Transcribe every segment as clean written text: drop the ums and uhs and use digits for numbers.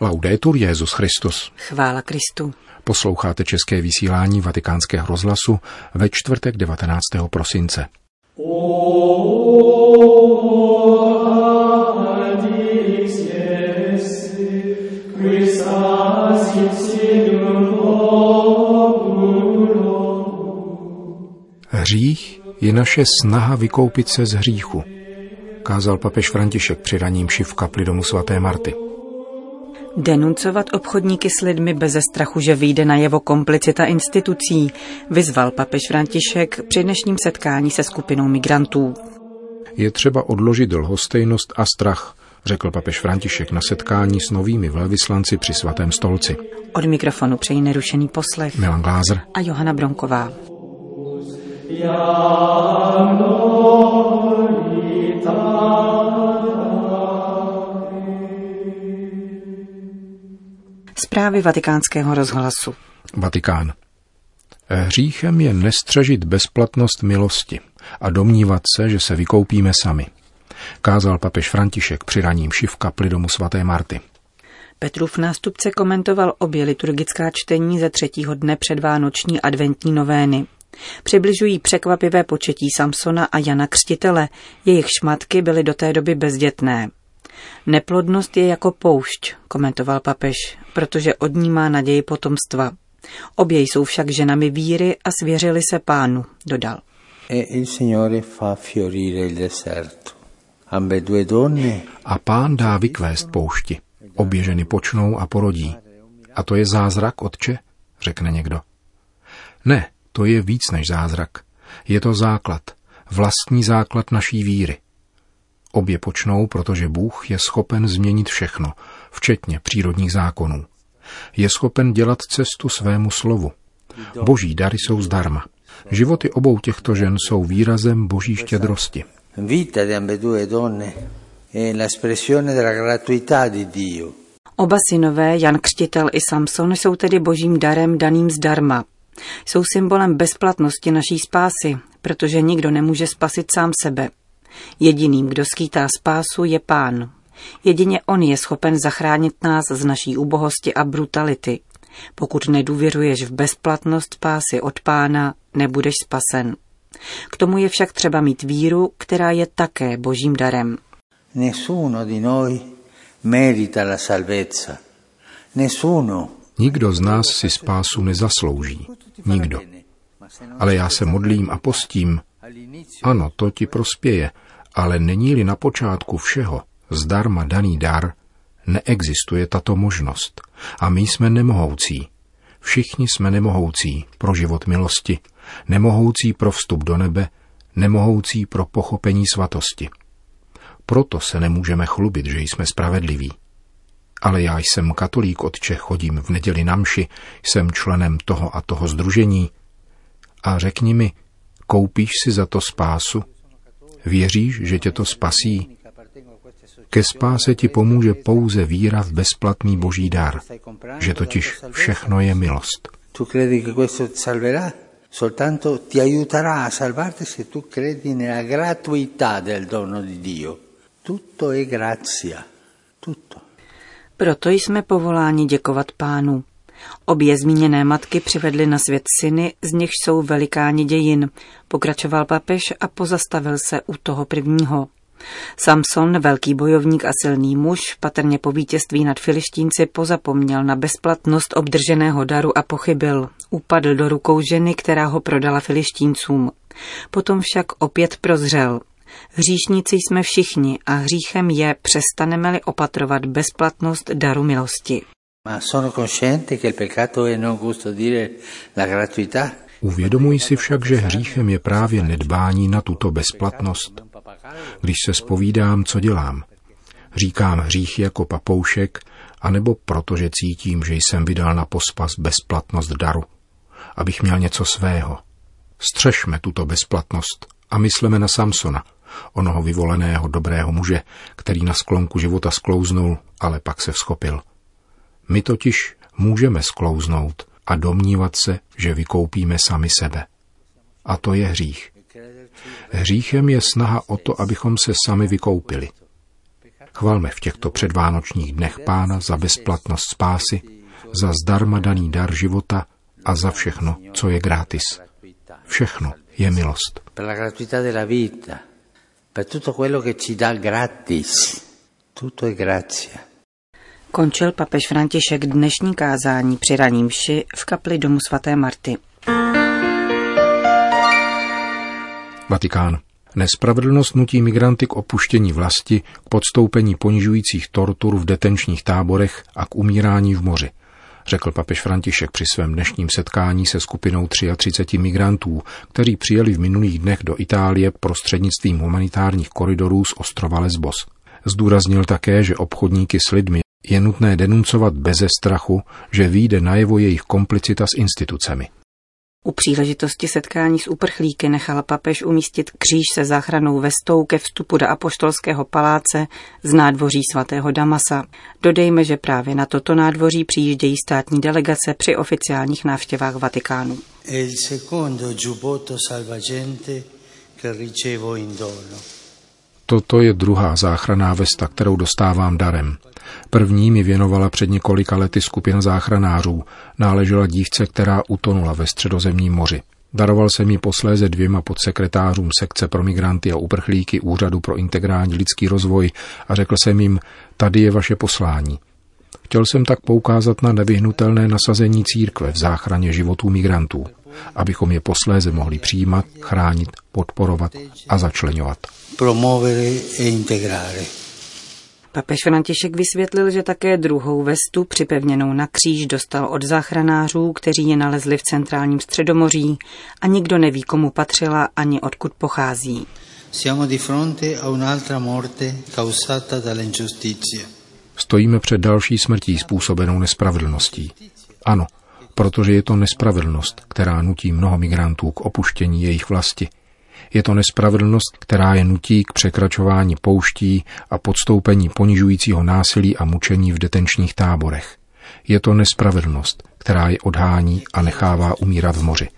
Laudetur Jesus Christus. Chvála Kristu. Posloucháte české vysílání Vatikánského rozhlasu ve čtvrtek 19. prosince. Hřích je naše snaha vykoupit se z hříchu, kázal papež František při raní mši v kapli domu svaté Marty. Denuncovat obchodníky s lidmi beze strachu, že vyjde najevo komplicita institucí, vyzval papež František při dnešním setkání se skupinou migrantů. Je třeba odložit lhostejnost a strach, řekl papež František na setkání s novými velvyslanci při Svatém stolci. Od mikrofonu přejí nerušený poslech Milan Glázer a Johana Bronková. Zprávy Vatikánského rozhlasu. Vatikán. Hříchem je nestřežit bezplatnost milosti a domnívat se, že se vykoupíme sami, kázal papež František při raní mši v kapli domu svaté Marty. Petrův nástupce komentoval obě liturgická čtení ze 3. dne předvánoční adventní novény. Přibližují překvapivé početí Samsona a Jana Křtitele, jejichž matky byly do té doby bezdětné. Neplodnost je jako poušť, komentoval papež, protože od ní má naději potomstva. Obě jsou však ženami víry a svěřili se Pánu, dodal. A Pán dá vykvést poušti. Obě ženy počnou a porodí. A to je zázrak, otče? Řekne někdo. Ne, to je víc než zázrak. Je to základ, vlastní základ naší víry. Obě počnou, protože Bůh je schopen změnit všechno, včetně přírodních zákonů. Je schopen dělat cestu svému slovu. Boží dary jsou zdarma. Životy obou těchto žen jsou výrazem boží štědrosti. Oba synové, Jan Křtitel i Samson, jsou tedy božím darem daným zdarma. Jsou symbolem bezplatnosti naší spásy, protože nikdo nemůže spasit sám sebe. Jediným, kdo skýtá spásu, je Pán. Jedině on je schopen zachránit nás z naší ubohosti a brutality. Pokud nedůvěřuješ v bezplatnost spásy od Pána, nebudeš spasen. K tomu je však třeba mít víru, která je také božím darem. Nikdo z nás si spásu nezaslouží. Nikdo. Ale já se modlím a postím. Ano, to ti prospěje, ale není-li na počátku všeho zdarma daný dar, neexistuje tato možnost. A my jsme nemohoucí. Všichni jsme nemohoucí pro život milosti, nemohoucí pro vstup do nebe, nemohoucí pro pochopení svatosti. Proto se nemůžeme chlubit, že jsme spravedliví. Ale já jsem katolík, otče, chodím v neděli na mši, jsem členem toho a toho sdružení. A řekni mi, koupíš si za to spásu? Věříš, že tě to spasí? Ke spáse ti pomůže pouze víra v bezplatný boží dar, že totiž všechno je milost. Soltanto ti aiuterà a salvarti se tu credi nella gratuità del dono di Dio. Tutto è grazia. Tutto. Proto jsme povoláni děkovat Pánu. Obě zmíněné matky přivedly na svět syny, z nichž jsou velikáni dějin, pokračoval papež a pozastavil se u toho prvního. Samson, velký bojovník a silný muž, patrně po vítězství nad Filištínci pozapomněl na bezplatnost obdrženého daru a pochybil. Upadl do rukou ženy, která ho prodala Filištíncům. Potom však opět prozřel. Hříšníci jsme všichni a hříchem je, přestaneme-li opatrovat bezplatnost daru milosti. Uvědomuji si však, že hříchem je právě nedbání na tuto bezplatnost. Když se zpovídám, co dělám? Říkám hříchy jako papoušek, anebo protože cítím, že jsem vydal na pospas bezplatnost daru, abych měl něco svého. Střežme tuto bezplatnost a mysleme na Samsona, onoho vyvoleného dobrého muže, který na sklonku života sklouznul, ale pak se vzchopil. My totiž můžeme sklouznout a domnívat se, že vykoupíme sami sebe. A to je hřích. Hříchem je snaha o to, abychom se sami vykoupili. Chvalme v těchto předvánočních dnech Pána za bezplatnost spásy, za zdarma daný dar života a za všechno, co je gratis. Všechno je milost. Per la gratuità della vita, per tutto quello che ci dà gratis. Tutto è grazia. Končil papež František dnešní kázání při raní mši v kapli domu svaté Marty. Vatikán. Nespravedlnost nutí migranty k opuštění vlasti, k podstoupení ponižujících tortur v detenčních táborech a k umírání v moři, řekl papež František při svém dnešním setkání se skupinou 33 migrantů, kteří přijeli v minulých dnech do Itálie prostřednictvím humanitárních koridorů z ostrova Lesbos. Zdůraznil také, že obchodníky s lidmi je nutné denuncovat beze strachu, že vyjde najevo jejich komplicita s institucemi. U příležitosti setkání s uprchlíky nechal papež umístit kříž se záchrannou vestou ke vstupu do apoštolského paláce z nádvoří svatého Damasa. Dodejme, že právě na toto nádvoří přijíždějí státní delegace při oficiálních návštěvách Vatikánu. Toto je druhá záchranná vesta, kterou dostávám darem. První mi věnovala před několika lety skupina záchranářů. Náležela dívce, která utonula ve Středozemním moři. Daroval jsem ji posléze 2 podsekretářům sekce pro migranty a uprchlíky Úřadu pro integrální lidský rozvoj a řekl jsem jim, tady je vaše poslání. Chtěl jsem tak poukázat na nevyhnutelné nasazení církve v záchraně životů migrantů, abychom je posléze mohli přijímat, chránit, podporovat a začleňovat. Promuovere e integrare. Papež František vysvětlil, že také druhou vestu připevněnou na kříž dostal od záchranářů, kteří ji nalezli v centrálním Středomoří a nikdo neví, komu patřila ani odkud pochází. Siamo di fronte a un'altra morte causata dall'ingiustizia. Stojíme před další smrtí způsobenou nespravedlností. Ano, protože je to nespravedlnost, která nutí mnoho migrantů k opuštění jejich vlasti. Je to nespravedlnost, která je nutí k překračování pouští a podstoupení ponižujícího násilí a mučení v detenčních táborech. Je to nespravedlnost, která je odhání a nechává umírat v moři.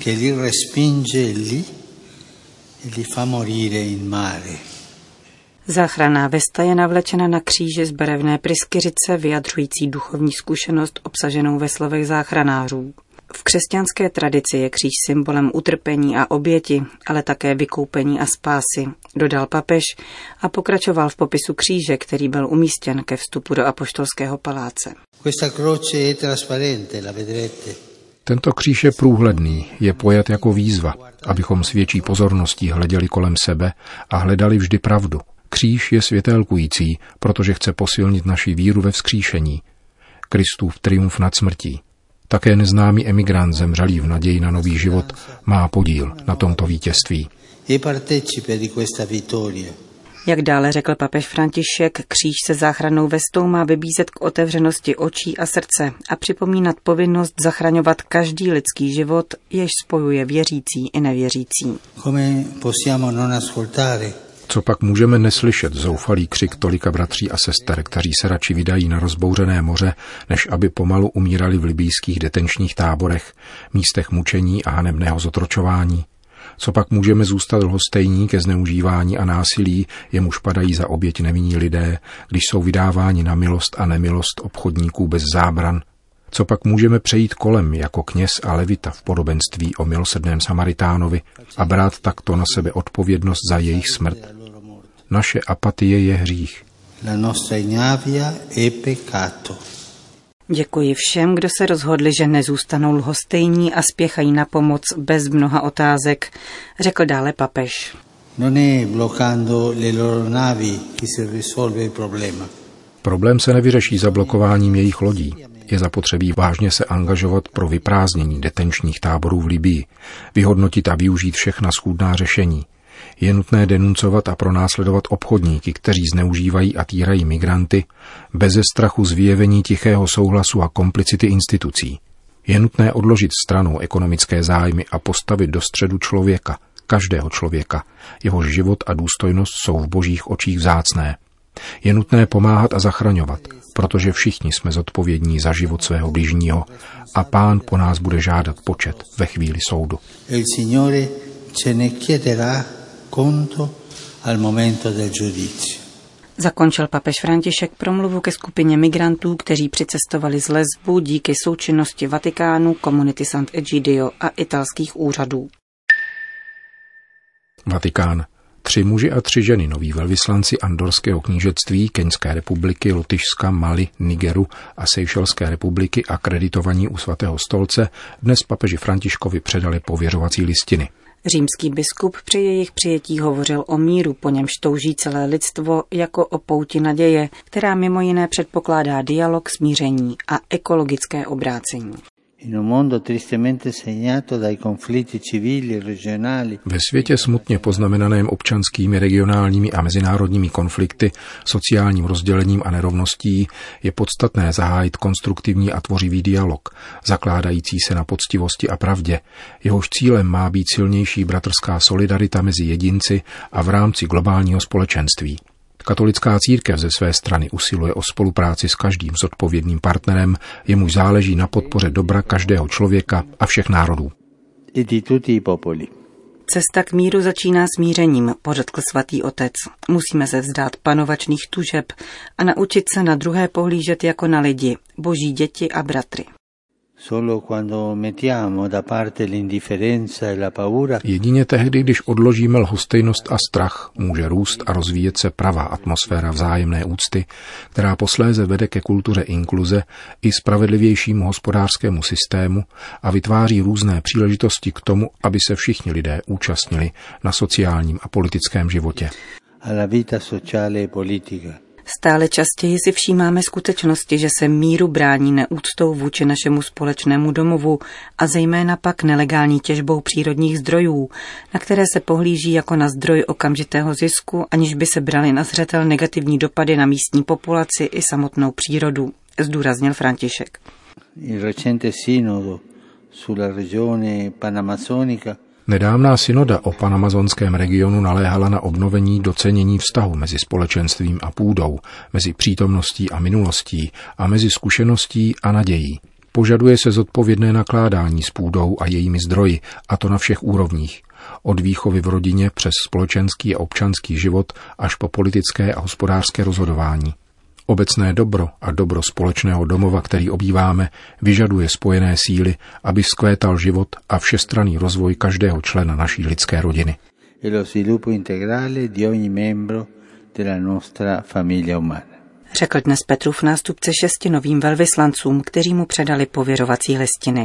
Záchranná vesta je navlečena na kříži z barevné pryskyřice, vyjadřující duchovní zkušenost obsaženou ve slovech záchranářů. V křesťanské tradici je kříž symbolem utrpení a oběti, ale také vykoupení a spásy, dodal papež a pokračoval v popisu kříže, který byl umístěn ke vstupu do apoštolského paláce. Tento kříž je průhledný, je pojat jako výzva, abychom s větší pozorností hleděli kolem sebe a hledali vždy pravdu. Kříž je světélkující, protože chce posilnit naši víru ve vzkříšení. Kristův triumf nad smrtí. Také neznámý emigrant zemřelý v naději na nový život má podíl na tomto vítězství. Jak dále řekl papež František, kříž se záchrannou vestou má vybízet k otevřenosti očí a srdce a připomínat povinnost zachraňovat každý lidský život, jež spojuje věřící i nevěřící. Co pak můžeme neslyšet zoufalý křik tolika bratří a sester, kteří se radši vydají na rozbouřené moře, než aby pomalu umírali v libýských detenčních táborech, místech mučení a hanebného zotročování? Co pak můžeme zůstat lhostejní ke zneužívání a násilí, jemuž padají za oběť nevinní lidé, když jsou vydáváni na milost a nemilost obchodníků bez zábran? Co pak můžeme přejít kolem jako kněz a levita v podobenství o milosrdném Samaritánovi a brát takto na sebe odpovědnost za jejich smrt? Naše apatie je hřích. Děkuji všem, kdo se rozhodli, že nezůstanou lhostejní a spěchají na pomoc bez mnoha otázek, řekl dále papež. Problém se nevyřeší zablokováním jejich lodí. Je zapotřebí vážně se angažovat pro vyprázdnění detenčních táborů v Libyi, vyhodnotit a využít všechna schůdná řešení. Je nutné denuncovat a pronásledovat obchodníky, kteří zneužívají a týrají migranty, beze strachu z vyjevení tichého souhlasu a komplicity institucí. Je nutné odložit stranou ekonomické zájmy a postavit do středu člověka, každého člověka. Jehož život a důstojnost jsou v božích očích vzácné. Je nutné pomáhat a zachraňovat, protože všichni jsme zodpovědní za život svého bližního a Pán po nás bude žádat počet ve chvíli soudu. Zakončil papež František promluvu ke skupině migrantů, kteří přicestovali z Lesbu díky součinnosti Vatikánu, komunity Sant'Egidio a italských úřadů. Vatikán. 3 muži a 3 ženy, noví velvyslanci Andorského knížectví, Keňské republiky, Lotyšska, Mali, Nigeru a Seychelské republiky akreditovaní u Svatého stolce, dnes papeži Františkovi předali pověřovací listiny. Římský biskup při jejich přijetí hovořil o míru, po němž touží celé lidstvo, jako o pouti naděje, která mimo jiné předpokládá dialog, smíření a ekologické obrácení. Ve světě smutně poznamenaném občanskými, regionálními a mezinárodními konflikty, sociálním rozdělením a nerovností je podstatné zahájit konstruktivní a tvořivý dialog, zakládající se na poctivosti a pravdě. Jehož cílem má být silnější bratrská solidarita mezi jedinci a v rámci globálního společenství. Katolická církev ze své strany usiluje o spolupráci s každým zodpovědným partnerem, jemuž záleží na podpoře dobra každého člověka a všech národů. Cesta k míru začíná smířením, pořekl svatý otec. Musíme se vzdát panovačných tužeb a naučit se na druhé pohlížet jako na lidi, boží děti a bratry. Jedině tehdy, když odložíme lhostejnost a strach, může růst a rozvíjet se pravá atmosféra vzájemné úcty, která posléze vede ke kultuře inkluze i spravedlivějšímu hospodářskému systému a vytváří různé příležitosti k tomu, aby se všichni lidé účastnili na sociálním a politickém životě. Stále častěji si všímáme skutečnosti, že se míru brání neúctou vůči našemu společnému domovu a zejména pak nelegální těžbou přírodních zdrojů, na které se pohlíží jako na zdroj okamžitého zisku, aniž by se brali na zřetel negativní dopady na místní populaci i samotnou přírodu, zdůraznil František. Nedávná synoda o panamazonském regionu naléhala na obnovení docenění vztahu mezi společenstvím a půdou, mezi přítomností a minulostí a mezi zkušeností a nadějí. Požaduje se zodpovědné nakládání s půdou a jejími zdroji, a to na všech úrovních. Od výchovy v rodině přes společenský a občanský život až po politické a hospodářské rozhodování. Obecné dobro a dobro společného domova, který obýváme, vyžaduje spojené síly, aby vzkvétal život a všestranný rozvoj každého člena naší lidské rodiny. Řekl dnes Petrův nástupce 6 novým velvyslancům, kteří mu předali pověřovací listiny.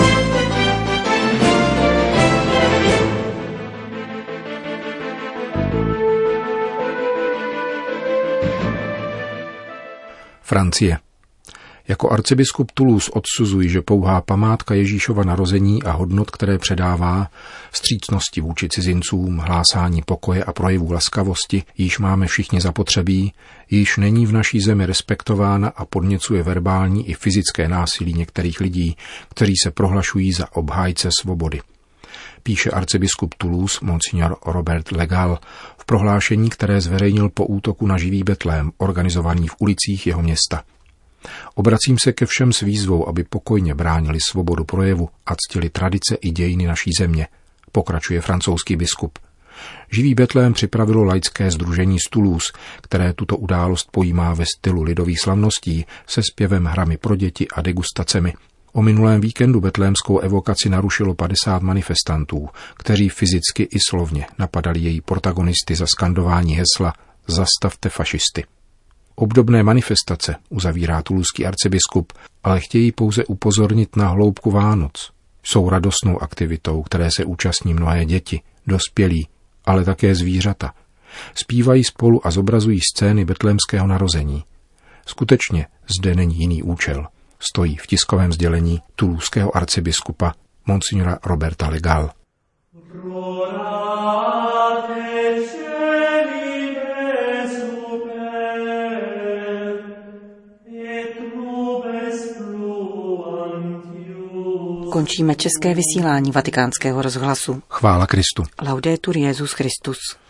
Francie. Jako arcibiskup Toulouse odsuzuji, že pouhá památka Ježíšova narození a hodnot, které předává, vstřícnosti vůči cizincům, hlásání pokoje a projevu laskavosti, již máme všichni zapotřebí, již není v naší zemi respektována a podněcuje verbální i fyzické násilí některých lidí, kteří se prohlašují za obhájce svobody. Píše arcibiskup Toulouse Monsignor Robert Legal v prohlášení, které zveřejnil po útoku na živý Betlém, organizovaný v ulicích jeho města. Obracím se ke všem s výzvou, aby pokojně bránili svobodu projevu a ctili tradice i dějiny naší země, pokračuje francouzský biskup. Živý Betlém připravilo laické sdružení z Toulouse, které tuto událost pojímá ve stylu lidových slavností se zpěvem, hrami pro děti a degustacemi. O minulém víkendu betlémskou evokaci narušilo 50 manifestantů, kteří fyzicky i slovně napadali její protagonisty za skandování hesla Zastavte fašisty. Obdobné manifestace, uzavírá toulouský arcibiskup, ale chtějí pouze upozornit na hloubku Vánoc. Jsou radostnou aktivitou, které se účastní mnohé děti, dospělí, ale také zvířata. Zpívají spolu a zobrazují scény betlémského narození. Skutečně zde není jiný účel. Stojí v tiskovém sdělení toulouského arcibiskupa Monsignora Roberta Legal. Končíme české vysílání Vatikánského rozhlasu. Chvála Kristu. Laudetur Jesus Christus.